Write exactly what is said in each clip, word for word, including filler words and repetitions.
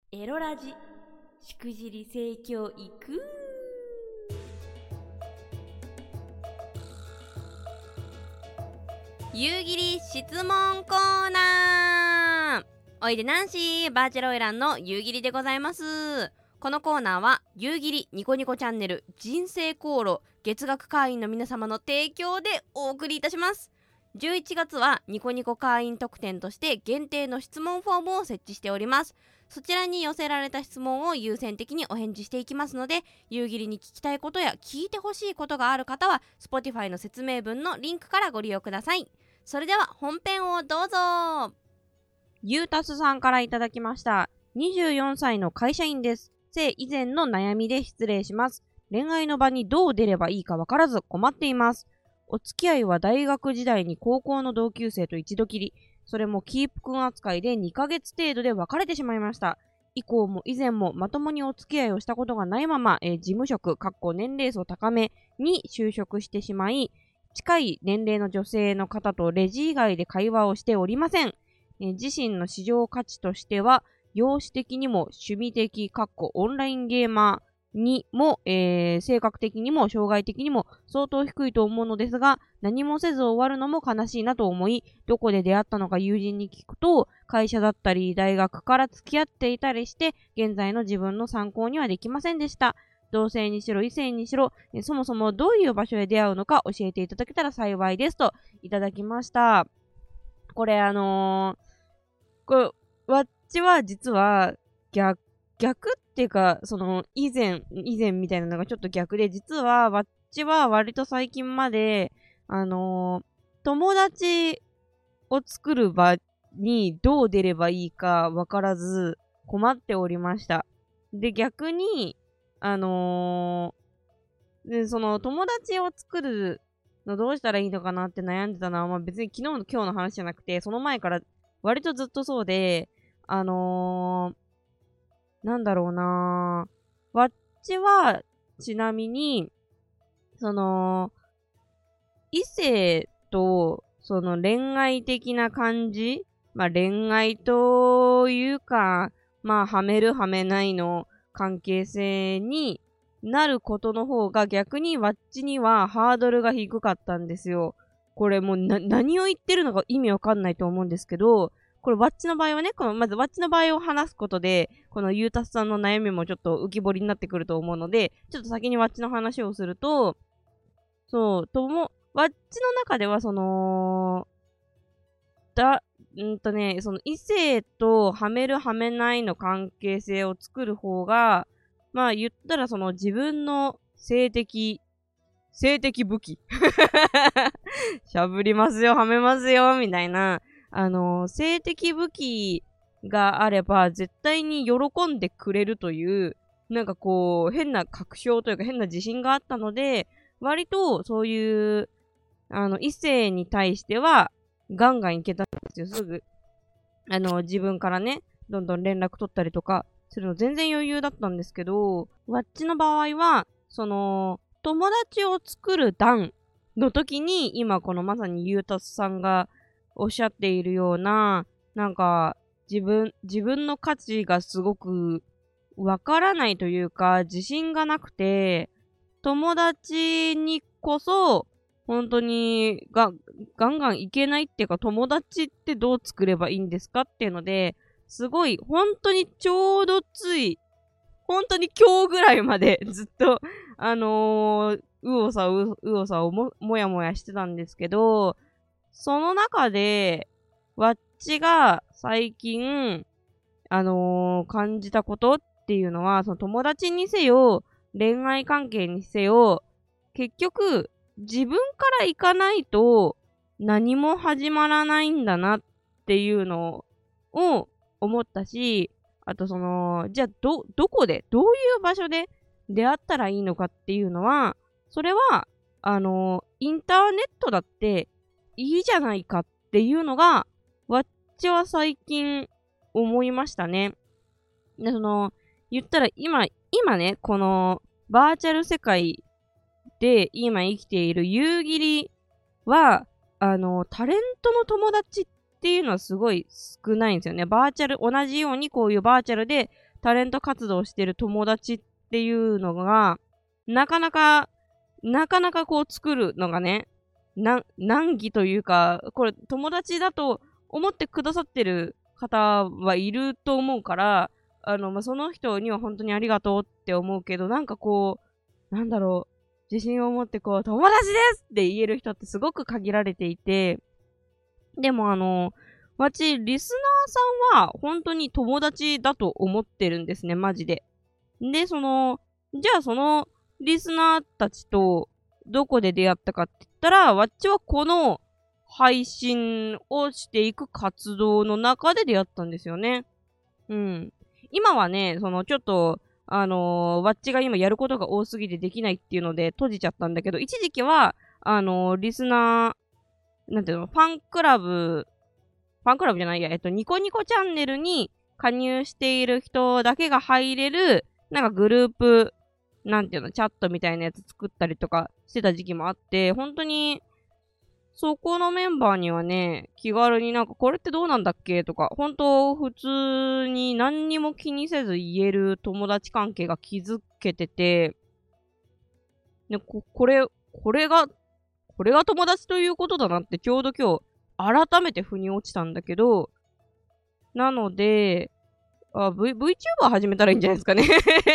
エロラジしくじり性教育。夕霧質問コーナー。おいでナンシーバーチャルオイランの夕霧でございます。このコーナーは夕霧ニコニコチャンネル人生航路月額会員の皆様の提供でお送りいたします。じゅういちがつはニコニコ会員特典として限定の質問フォームを設置しております。そちらに寄せられた質問を優先的にお返事していきますので、夕霧に聞きたいことや聞いてほしいことがある方は Spotify の説明文のリンクからご利用ください。それでは本編をどうぞ。ゆうたすさんからいただきました。にじゅうよんさいの会社員です。性以前の悩みで失礼します。恋愛の場にどう出ればいいかわからず困っています。お付き合いは大学時代に高校の同級生と一度きり、それもキープ君扱いでにかげつ程度で別れてしまいました。以降も以前もまともにお付き合いをしたことがないまま、えー、事務職（年齢層高め）に就職してしまい、近い年齢の女性の方とレジ以外で会話をしておりません。えー、自身の市場価値としては、容姿的にも趣味的（オンラインゲーマー）にも、えー、性格的にも障害的にも相当低いと思うのですが、何もせず終わるのも悲しいなと思い、どこで出会ったのか友人に聞くと、会社だったり大学から付き合っていたりして、現在の自分の参考にはできませんでした。同性にしろ異性にしろ、そもそもどういう場所で出会うのか教えていただけたら幸いですといただきました。これあのー、これわっちは実は逆逆っていうか、その以前以前みたいなのがちょっと逆で、実はわっちは割と最近まであのー、友達を作る場にどう出ればいいかわからず困っておりました。で、逆にあのー、でその友達を作るのどうしたらいいのかなって悩んでたのは、まあ、別に昨日の今日の話じゃなくて、その前から割とずっとそうで、あのーなんだろうなぁ。わっちは、ちなみに、その、異性と、その恋愛的な感じ、まあ恋愛というか、まあはめるはめないの関係性になることの方が逆にわっちにはハードルが低かったんですよ。これもうな、何を言ってるのか意味わかんないと思うんですけど、これ、ワッチの場合はね、この、まず、ワッチの場合を話すことで、この、ゆうたすさんの悩みもちょっと浮き彫りになってくると思うので、ちょっと先にワッチの話をすると、そう、とも、ワッチの中では、その、だ、んとね、その、異性とはめるはめないの関係性を作る方が、まあ、言ったら、その、自分の性的、性的武器。しゃぶりますよ、はめますよ、みたいな、あの、性的武器があれば絶対に喜んでくれるという、なんかこう、変な確証というか変な自信があったので、割とそういう、あの、異性に対しては、ガンガンいけたんですよ、すぐ。あの、自分からね、どんどん連絡取ったりとか、するの全然余裕だったんですけど、わっちの場合は、その、友達を作る段の時に、今このまさにゆうたすさんが、おっしゃっているような、なんか、自分、自分の価値がすごくわからないというか、自信がなくて、友達にこそ、本当にが、ガンガンいけないっていうか、友達ってどう作ればいいんですかっていうので、すごい、本当にちょうどつい、本当に今日ぐらいまでずっと、あのー、うおさう、うおさをも、もやもやしてたんですけど、その中で、わっちが最近、あのー、感じたことっていうのは、その友達にせよ、恋愛関係にせよ、結局、自分から行かないと何も始まらないんだなっていうのを思ったし、あとその、じゃあど、どこで、どういう場所で出会ったらいいのかっていうのは、それは、あのー、インターネットだって、いいじゃないかっていうのが、わっちは最近思いましたね。で、その、言ったら今、今ね、このバーチャル世界で今生きている夕霧は、あの、タレントの友達っていうのはすごい少ないんですよね。バーチャル、同じようにこういうバーチャルでタレント活動してる友達っていうのが、なかなか、なかなかこう作るのがね、な、難儀というか、これ友達だと思ってくださってる方はいると思うから、あの、まあ、その人には本当にありがとうって思うけど、なんかこう、なんだろう、自信を持ってこう、友達ですって言える人ってすごく限られていて、でもあの、わち、リスナーさんは本当に友達だと思ってるんですね、マジで。で、その、じゃあそのリスナーたちとどこで出会ったかって言ったら、わっちはこの配信をしていく活動の中で出会ったんですよね。うん。今はね、そのちょっと、あのー、わっちが今やることが多すぎてできないっていうので閉じちゃったんだけど、一時期は、あのー、リスナー、なんていうの、ファンクラブ、ファンクラブじゃないや、えっと、ニコニコチャンネルに加入している人だけが入れる、なんかグループ、なんていうの、チャットみたいなやつ作ったりとかしてた時期もあって、本当に、そこのメンバーにはね、気軽になんかこれってどうなんだっけとか、本当普通に何にも気にせず言える友達関係が築けてて、で、こ、これ、これが、これが友達ということだなってちょうど今日改めて腑に落ちたんだけど、なので、あ、V、VTuber 始めたらいいんじゃないですかね。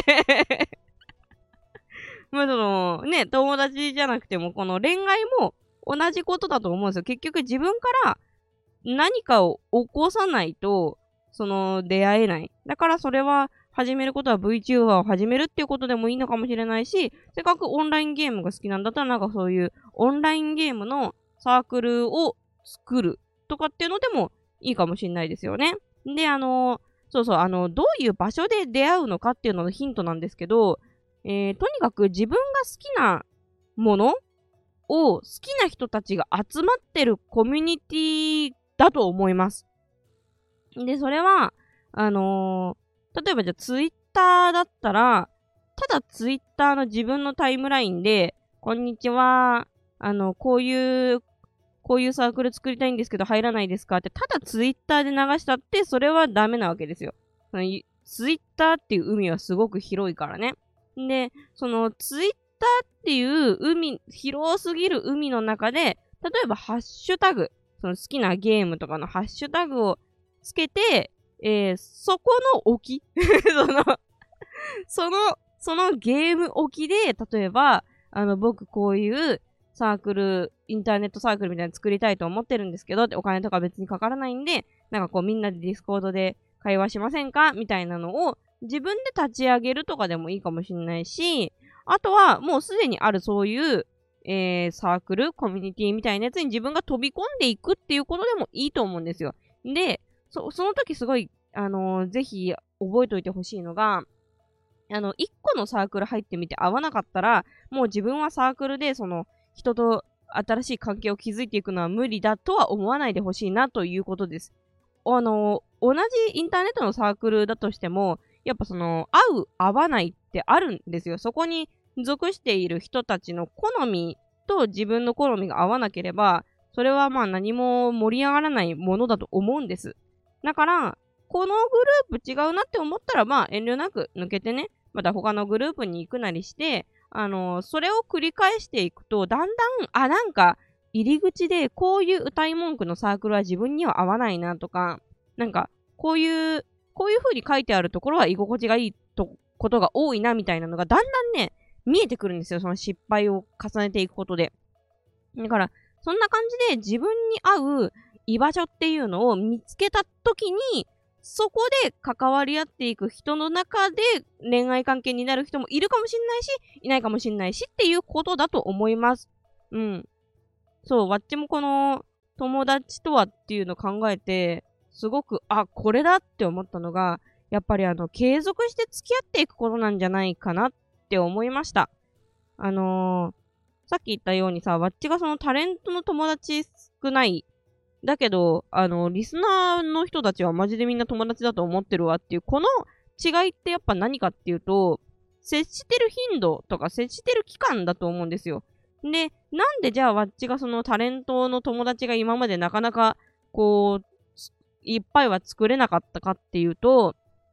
まあその、ね、友達じゃなくても、この恋愛も同じことだと思うんですよ。結局自分から何かを起こさないと、その、出会えない。だからそれは、始めることは VTuber を始めるっていうことでもいいのかもしれないし、せっかくオンラインゲームが好きなんだったら、なんかそういうオンラインゲームのサークルを作るとかっていうのでもいいかもしれないですよね。で、あの、そうそう、あの、どういう場所で出会うのかっていうののヒントなんですけど、えー、とにかく自分が好きなものを好きな人たちが集まってるコミュニティだと思います。で、それは、あのー、例えばじゃあツイッターだったら、ただツイッターの自分のタイムラインで、こんにちは、あの、こういう、こういうサークル作りたいんですけど入らないですかって、ただツイッターで流したって、それはダメなわけですよ。ツイッターっていう海はすごく広いからね。で、そのツイッターっていう海、広すぎる海の中で、例えばハッシュタグ、その好きなゲームとかのハッシュタグをつけて、えー、そこの置きその、その、そのゲーム置きで、例えば、あの、僕こういうサークル、インターネットサークルみたいなの作りたいと思ってるんですけど、ってお金とか別にかからないんで、なんかこうみんなでディスコードで会話しませんかみたいなのを自分で立ち上げるとかでもいいかもしれないし、あとはもうすでにあるそういう、えー、サークル、コミュニティみたいなやつに自分が飛び込んでいくっていうことでもいいと思うんですよ。で、そ、その時すごい、あのー、ぜひ覚えておいてほしいのが、あの、一個のサークル入ってみて合わなかったら、もう自分はサークルでその人と新しい関係を築いていくのは無理だとは思わないでほしいなということです。あの、同じインターネットのサークルだとしても、やっぱその、合う、合わないってあるんですよ。そこに属している人たちの好みと自分の好みが合わなければ、それはまあ何も盛り上がらないものだと思うんです。だから、このグループ違うなって思ったら、まあ遠慮なく抜けてね、また他のグループに行くなりして、あの、それを繰り返していくと、だんだん、あ、なんか、入り口でこういう歌い文句のサークルは自分には合わないなとか、なんか、こういう、こういう風に書いてあるところは居心地がいいと、ことが多いなみたいなのがだんだんね、見えてくるんですよ。その失敗を重ねていくことで。だから、そんな感じで自分に合う居場所っていうのを見つけた時に、そこで関わり合っていく人の中で恋愛関係になる人もいるかもしんないし、いないかもしんないしっていうことだと思います。うん。そう、わっちもこの友達とはっていうのを考えて、すごく、あ、これだって思ったのが、やっぱりあの、継続して付き合っていくことなんじゃないかなって思いました。あのー、さっき言ったようにさ、わっちがそのタレントの友達少ない。だけど、あの、リスナーの人たちはマジでみんな友達だと思ってるわっていう、この違いってやっぱ何かっていうと、接してる頻度とか接してる期間だと思うんですよ。で、なんでじゃあわっちがそのタレントの友達が今までなかなか、こう、いっぱいは作れなかったかっていうと、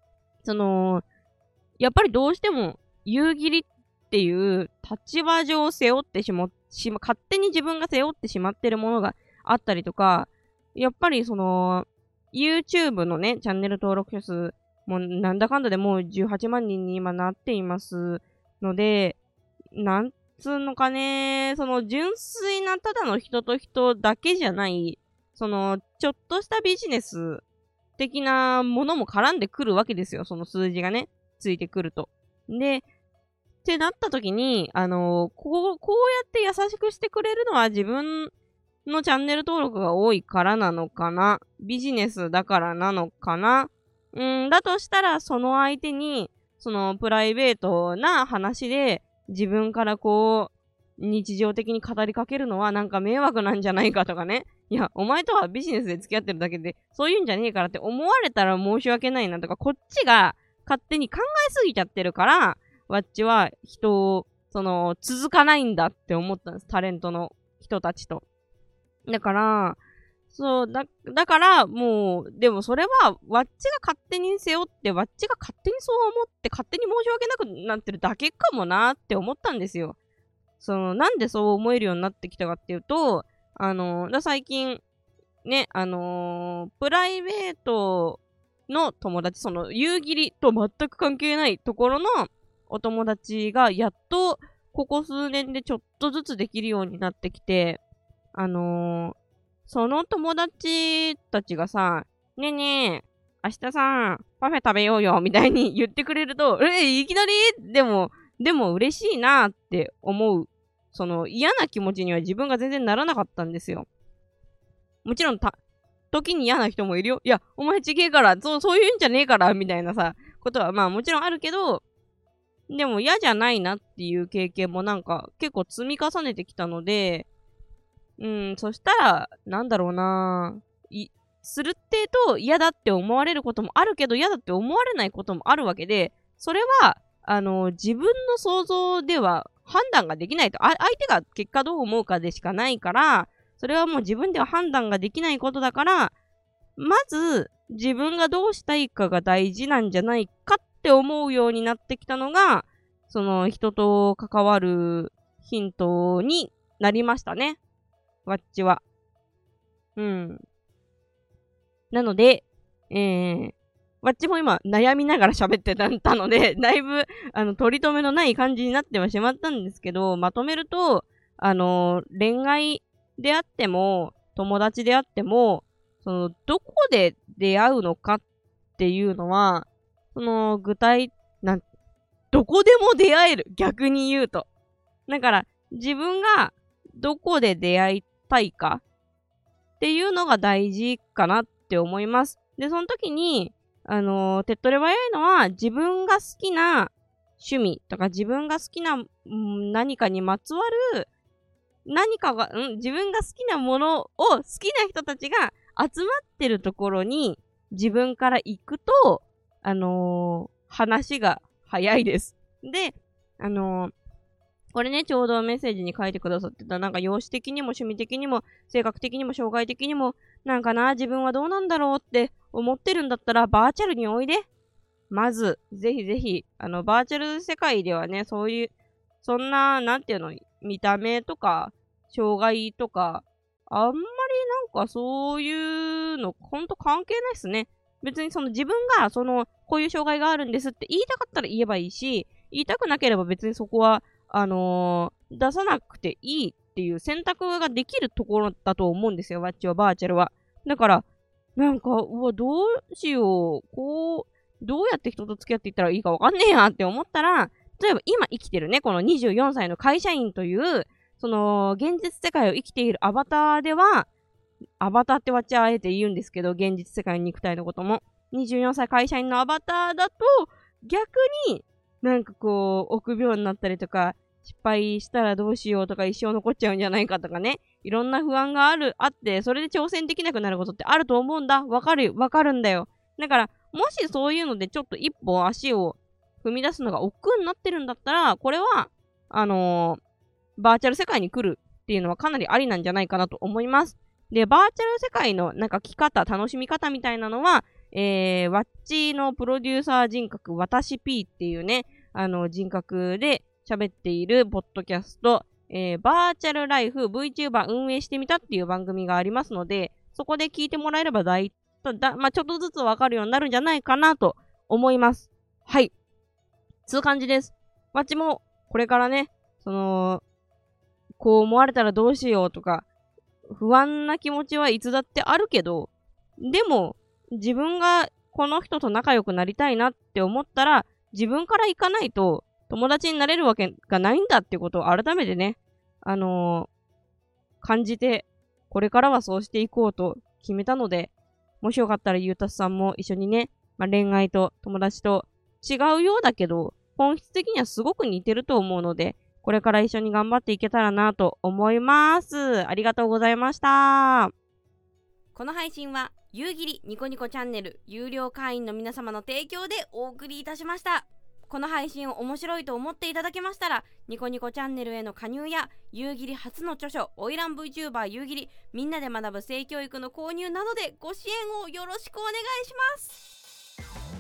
その、やっぱりどうしても、夕霧っていう立場上背負ってしま、しま、勝手に自分が背負ってしまってるものがあったりとか、やっぱりその、YouTube のね、チャンネル登録者数、もうなんだかんだでもうじゅうはちまんにんに今なっていますので、なんつうのかね、その純粋なただの人と人だけじゃない、その、ちょっとしたビジネス的なものも絡んでくるわけですよ。その数字がね、ついてくると。で、ってなった時に、あの、こう、こうやって優しくしてくれるのは自分のチャンネル登録が多いからなのかな。ビジネスだからなのかな。うん、だとしたら、その相手に、そのプライベートな話で、自分からこう、日常的に語りかけるのはなんか迷惑なんじゃないかとかね。いや、お前とはビジネスで付き合ってるだけで、そういうんじゃねえからって思われたら申し訳ないなとか、こっちが勝手に考えすぎちゃってるから、わっちは人を、その、続かないんだって思ったんです。タレントの人たちと。だから、そう、だ、だから、もう、でもそれは、わっちが勝手に背負って、わっちが勝手にそう思って、勝手に申し訳なくなってるだけかもなって思ったんですよ。その、なんでそう思えるようになってきたかっていうと、あの、だ最近、ね、あのー、プライベートの友達、その、夕霧と全く関係ないところのお友達が、やっと、ここ数年でちょっとずつできるようになってきて、あのー、その友達たちがさ、ねえねえ、明日さ、パフェ食べようよ、みたいに言ってくれると、え、いきなりでも、でも嬉しいなって思う。その嫌な気持ちには自分が全然ならなかったんですよ。もちろんた、時に嫌な人もいるよ。いや、お前ちげえから、そう、そういうんじゃねえから、みたいなさ、ことはまあもちろんあるけど、でも嫌じゃないなっていう経験もなんか結構積み重ねてきたので、うん、そしたら、なんだろうないするってと嫌だって思われることもあるけど、嫌だって思われないこともあるわけで、それは、あの、自分の想像では判断ができないと、あ、相手が結果どう思うかでしかないから、それはもう自分では判断ができないことだから、まず、自分がどうしたいかが大事なんじゃないかって思うようになってきたのが、その人と関わるヒントになりましたね。わっちは。うん。なので、えー、わっちも今悩みながら喋ってたので、だいぶ、あの、取り留めのない感じになってはしまったんですけど、まとめると、あの、恋愛であっても、友達であっても、その、どこで出会うのかっていうのは、その、具体、なん、どこでも出会える。逆に言うと。だから、自分がどこで出会いたいかっていうのが大事かなって思います。で、その時に、あのー、手っ取り早いのは、自分が好きな趣味とか、自分が好きな、ん、何かにまつわる、何かが、ん、自分が好きなものを好きな人たちが集まってるところに、自分から行くと、あのー、話が早いです。で、あのー、これね、ちょうどメッセージに書いてくださってた、なんか容姿的にも趣味的にも、性格的にも障害的にも、なんかな、自分はどうなんだろうって思ってるんだったら、バーチャルにおいで。まず、ぜひぜひ、あの、バーチャル世界ではね、そういう、そんな、なんていうの、見た目とか、障害とか、あんまりなんかそういうの、ほんと関係ないっすね。別にその自分が、その、こういう障害があるんですって言いたかったら言えばいいし、言いたくなければ別にそこは、あのー、出さなくていいっていう選択ができるところだと思うんですよ、わっちは、バーチャルは。だから、なんか、うわ、どうしよう、こう、どうやって人と付き合っていったらいいかわかんねえやって思ったら、例えば今生きてるね、このにじゅうよんさいの会社員という、その、現実世界を生きているアバターでは、アバターってわっちはあえて言うんですけど、現実世界肉体のことも。にじゅうよんさい会社員のアバターだと、逆に、なんかこう、臆病になったりとか、失敗したらどうしようとか一生残っちゃうんじゃないかとかね。いろんな不安がある、あって、それで挑戦できなくなることってあると思うんだ。わかる、わかるんだよ。だから、もしそういうのでちょっと一歩足を踏み出すのが億劫になってるんだったら、これは、あのー、バーチャル世界に来るっていうのはかなりありなんじゃないかなと思います。で、バーチャル世界のなんか来方、楽しみ方みたいなのは、 えー、ワッチのプロデューサー人格、私 P っていうね、あの人格で喋っているポッドキャスト、えー、バーチャルライフ VTuber 運営してみたっていう番組がありますので、そこで聞いてもらえればだいだ、まあ、ちょっとずつわかるようになるんじゃないかなと思います。はい。そういう感じです。わっちも、これからね、その、こう思われたらどうしようとか、不安な気持ちはいつだってあるけど、でも、自分がこの人と仲良くなりたいなって思ったら、自分から行かないと友達になれるわけがないんだってことを改めてね、あのー、感じて、これからはそうしていこうと決めたので、もしよかったらゆうたすさんも一緒にね、まあ、恋愛と友達と違うようだけど、本質的にはすごく似てると思うので、これから一緒に頑張っていけたらなと思います。ありがとうございました。この配信は夕霧ニコニコチャンネル有料会員の皆様の提供でお送りいたしました。この配信を面白いと思っていただけましたら、ニコニコチャンネルへの加入や夕霧初の著書オイラン VTuber 夕霧みんなで学ぶ性教育の購入などでご支援をよろしくお願いします。